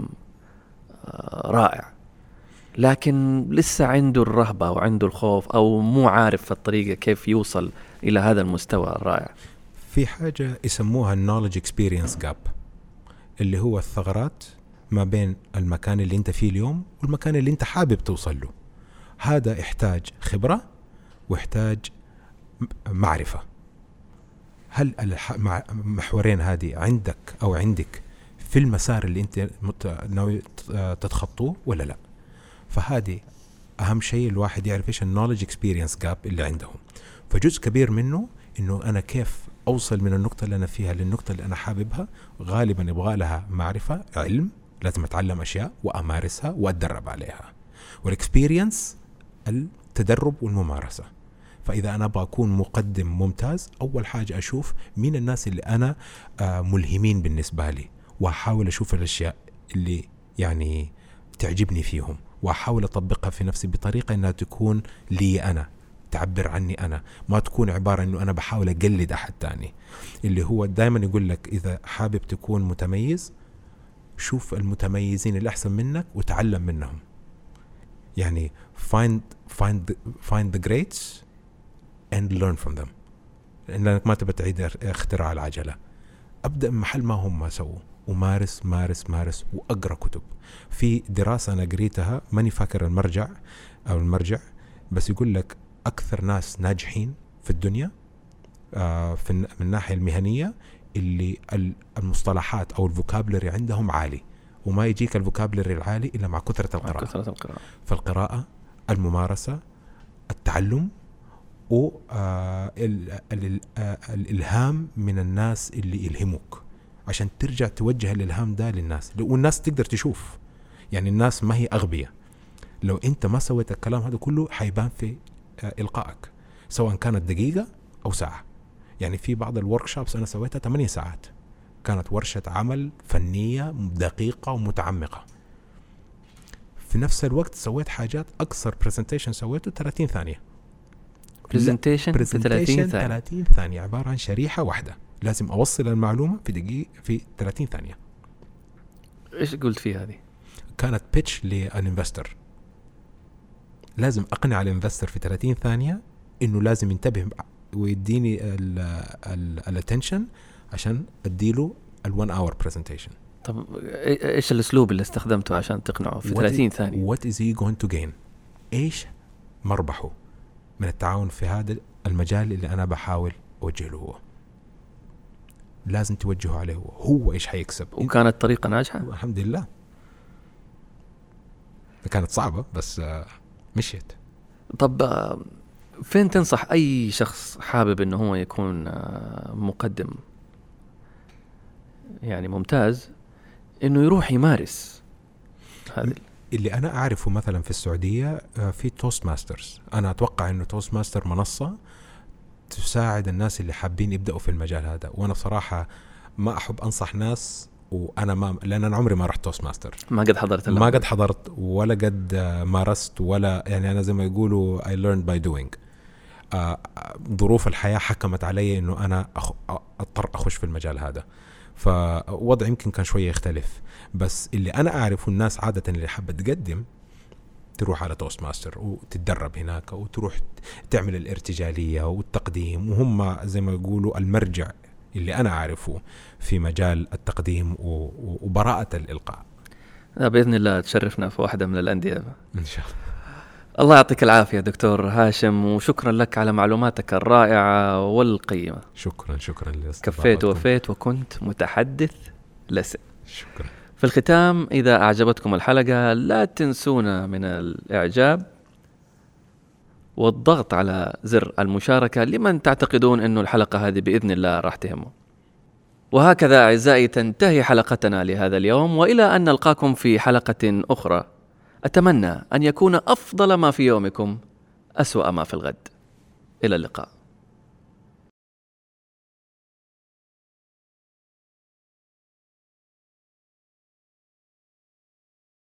آه رائع، لكن لسه عنده الرهبة أو عنده الخوف أو مو عارف في الطريقة كيف يوصل إلى هذا المستوى الرائع. في حاجة يسموها knowledge experience gap، اللي هو الثغرات ما بين المكان اللي انت فيه اليوم والمكان اللي انت حابب توصل له. هذا يحتاج خبرة ويحتاج معرفة. هل المحورين هذه عندك أو عندك في المسار اللي انت ناوي تتخطوه ولا لا؟ فهذه أهم شيء الواحد يعرف إيش النولج اكسبيرينس جاب اللي عندهم. فجزء كبير منه إنه أنا كيف أوصل من النقطة اللي أنا فيها للنقطة اللي أنا حاببها. غالبا يبغى لها معرفة، علم، لازم أتعلم أشياء وأمارسها وأتدرب عليها. والإكسبيرينس التدرب والممارسة. فإذا أنا أبغى أكون مقدم ممتاز، أول حاجة أشوف مين الناس اللي أنا ملهمين بالنسبة لي، وأحاول أشوف الأشياء اللي يعني تعجبني فيهم وأحاول أطبقها في نفسي بطريقة أنها تكون لي أنا، تعبر عني أنا، ما تكون عبارة أنه أنا بحاول أقلد أحد تاني. اللي هو دائما يقول لك إذا حابب تكون متميز شوف المتميزين اللي أحسن منك وتعلم منهم. يعني find find find the greats and learn from them، لأنك ما تبى تعيد اختراع العجلة. أبدأ من محل ما هم سووا ومارس مارس مارس وأقرأ كتب. في دراسة أنا قريتها ماني فاكر المرجع أو المرجع، بس يقول لك أكثر ناس ناجحين في الدنيا آه في من الناحية المهنية اللي المصطلحات أو الفوكابلري عندهم عالي، وما يجيك الفوكابلري العالي إلا مع كثرة القراءة. كثرة القراءة. فالقراءة، الممارسة، التعلم، والإلهام من الناس اللي يلهموك عشان ترجع توجه الإلهام ده للناس. والناس تقدر تشوف، يعني الناس ما هي أغبية. لو أنت ما سويت الكلام هذا كله حيبان في إلقائك، سواء كانت دقيقة أو ساعة. يعني في بعض الوركشوبس أنا سويتها ثمانية ساعات، كانت ورشة عمل فنية دقيقة ومتعمقة. في نفس الوقت سويت حاجات أكثر. برزنتيشن سويته ثلاثين ثانية. برزنتيشن ثلاثين ثلاثين ثانية، عبارة عن شريحة واحدة لازم أوصل المعلومة في دقيقة في ثلاثين ثانية. إيش قلت فيه هذه؟ كانت بيتش للإنفستر. لازم أقنع الإنفستر في ثلاثين ثانية إنه لازم ينتبه ويديني الاتنشن عشان أديله الون اور برزنتيشن. طب إيش الأسلوب اللي استخدمته عشان تقنعه في ثلاثين ثانية؟ What is he going to gain؟ إيش مربحه من التعاون في هذا المجال اللي أنا بحاول أوجه له هو؟ لازم توجهه عليه هو. هو إيش حيكسب؟ وكانت طريقة ناجحة الحمد لله. كانت صعبة بس مشيت. طب فين تنصح أي شخص حابب إنه هو يكون مقدم يعني ممتاز إنه يروح يمارس هذا؟ اللي أنا أعرفه مثلا في السعودية في توست ماسترز. أنا أتوقع إنه توست ماستر منصة تساعد الناس اللي حابين يبدأوا في المجال هذا. وأنا صراحة ما أحب أنصح ناس وأنا ما لأن أنا عمري ما رحت توست ماستر، ما قد حضرت ما قد حضرت ولا قد مارست ولا يعني أنا زي ما يقولوا I learned by doing. آه ظروف الحياة حكمت علي إنه أنا أخ... أضطر أخش في المجال هذا، فوضع يمكن كان شوية يختلف. بس اللي أنا أعرفه الناس عادة اللي حابة تقدم تروح على توست ماستر وتتدرب هناك وتروح تعمل الارتجالية والتقديم، وهم زي ما يقولوا المرجع اللي أنا أعرفه في مجال التقديم وبراءة الإلقاء. بإذن الله تشرفنا في واحدة من الأندية إن شاء الله. الله يعطيك العافية دكتور هاشم، وشكرا لك على معلوماتك الرائعة والقيمة. شكرا شكرا كفيت ووفيت وكنت متحدث لسن. شكرا. في الختام، إذا أعجبتكم الحلقة لا تنسونا من الإعجاب والضغط على زر المشاركة لمن تعتقدون أن الحلقة هذه بإذن الله راح تهمه. وهكذا أعزائي تنتهي حلقتنا لهذا اليوم، وإلى أن نلقاكم في حلقة أخرى. أتمنى أن يكون أفضل ما في يومكم أسوأ ما في الغد. إلى اللقاء.